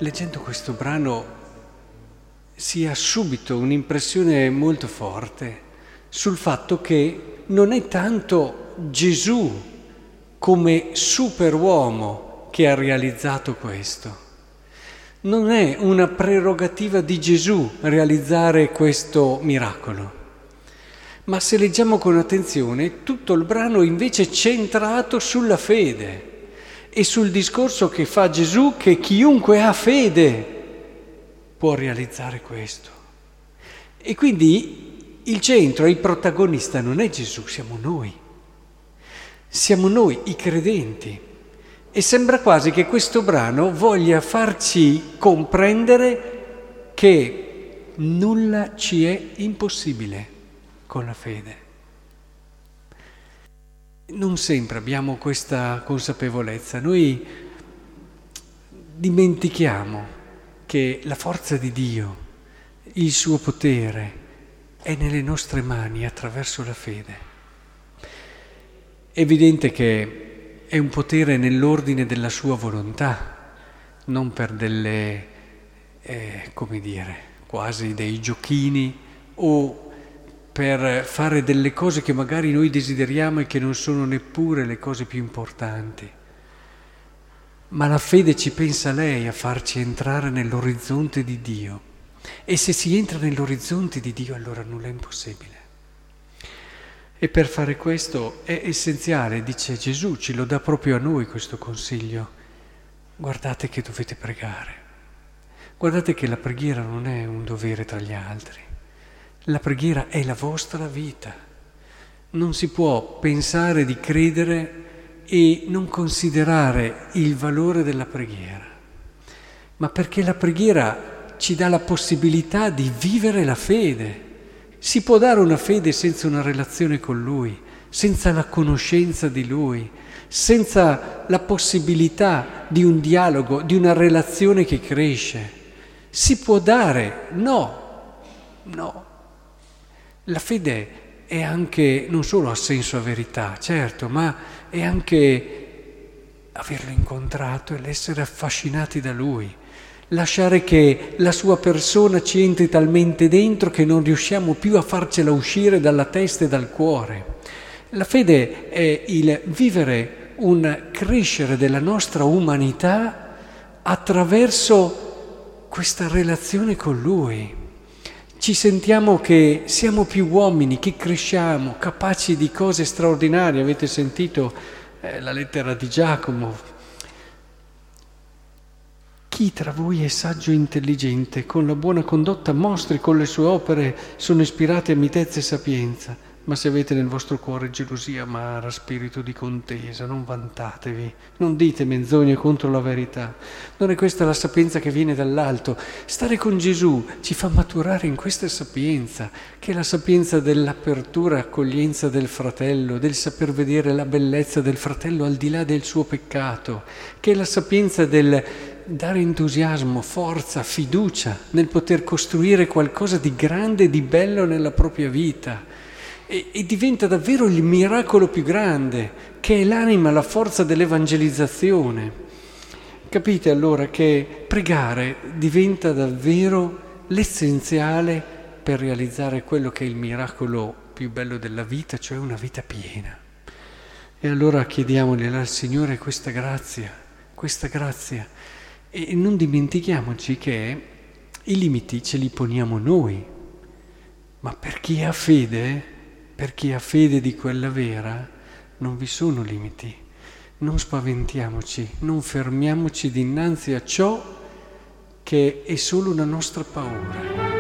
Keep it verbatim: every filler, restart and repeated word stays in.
leggendo questo brano si ha subito un'impressione molto forte sul fatto che non è tanto Gesù come superuomo che ha realizzato questo. Non è una prerogativa di Gesù realizzare questo miracolo. Ma se leggiamo con attenzione, tutto il brano invece è centrato sulla fede e sul discorso che fa Gesù che chiunque ha fede può realizzare questo. E quindi il centro, il protagonista non è Gesù, siamo noi. Siamo noi, i credenti. E sembra quasi che questo brano voglia farci comprendere che nulla ci è impossibile con la fede. Non sempre abbiamo questa consapevolezza. Noi dimentichiamo che la forza di Dio, il suo potere, è nelle nostre mani attraverso la fede. È evidente che è un potere nell'ordine della sua volontà, non per delle, eh, come dire, quasi dei giochini o per fare delle cose che magari noi desideriamo e che non sono neppure le cose più importanti. Ma la fede ci pensa lei a farci entrare nell'orizzonte di Dio. E se si entra nell'orizzonte di Dio, allora nulla è impossibile. E per fare questo è essenziale, dice Gesù, ce lo dà proprio a noi questo consiglio. Guardate che dovete pregare. Guardate che la preghiera non è un dovere tra gli altri. La preghiera è la vostra vita. Non si può pensare di credere e non considerare il valore della preghiera, ma perché la preghiera ci dà la possibilità di vivere la fede. Si può dare una fede senza una relazione con Lui, senza la conoscenza di Lui, senza la possibilità di un dialogo, di una relazione che cresce. Si può dare? No, no. La fede è anche, non solo ha senso a verità, certo, ma è anche averlo incontrato e l'essere affascinati da Lui, lasciare che la sua persona ci entri talmente dentro che non riusciamo più a farcela uscire dalla testa e dal cuore. La fede è il vivere un crescere della nostra umanità attraverso questa relazione con Lui. Ci sentiamo che siamo più uomini, che cresciamo, capaci di cose straordinarie. Avete sentito eh, la lettera di Giacomo. Chi tra voi è saggio e intelligente, con la buona condotta mostri con le sue opere sono ispirate a mitezza e sapienza. Ma se avete nel vostro cuore gelosia amara, spirito di contesa, non vantatevi, non dite menzogne contro la verità. Non è questa la sapienza che viene dall'alto. Stare con Gesù ci fa maturare in questa sapienza, che è la sapienza dell'apertura e accoglienza del fratello, del saper vedere la bellezza del fratello al di là del suo peccato, che è la sapienza del dare entusiasmo, forza, fiducia nel poter costruire qualcosa di grande e di bello nella propria vita. E, e diventa davvero il miracolo più grande, che è l'anima, la forza dell'evangelizzazione. Capite allora che pregare diventa davvero l'essenziale per realizzare quello che è il miracolo più bello della vita, cioè una vita piena. E allora chiediamogli al Signore questa grazia, questa grazia. E non dimentichiamoci che i limiti ce li poniamo noi, ma per chi ha fede... Per chi ha fede di quella vera, non vi sono limiti. Non spaventiamoci, non fermiamoci dinanzi a ciò che è solo una nostra paura.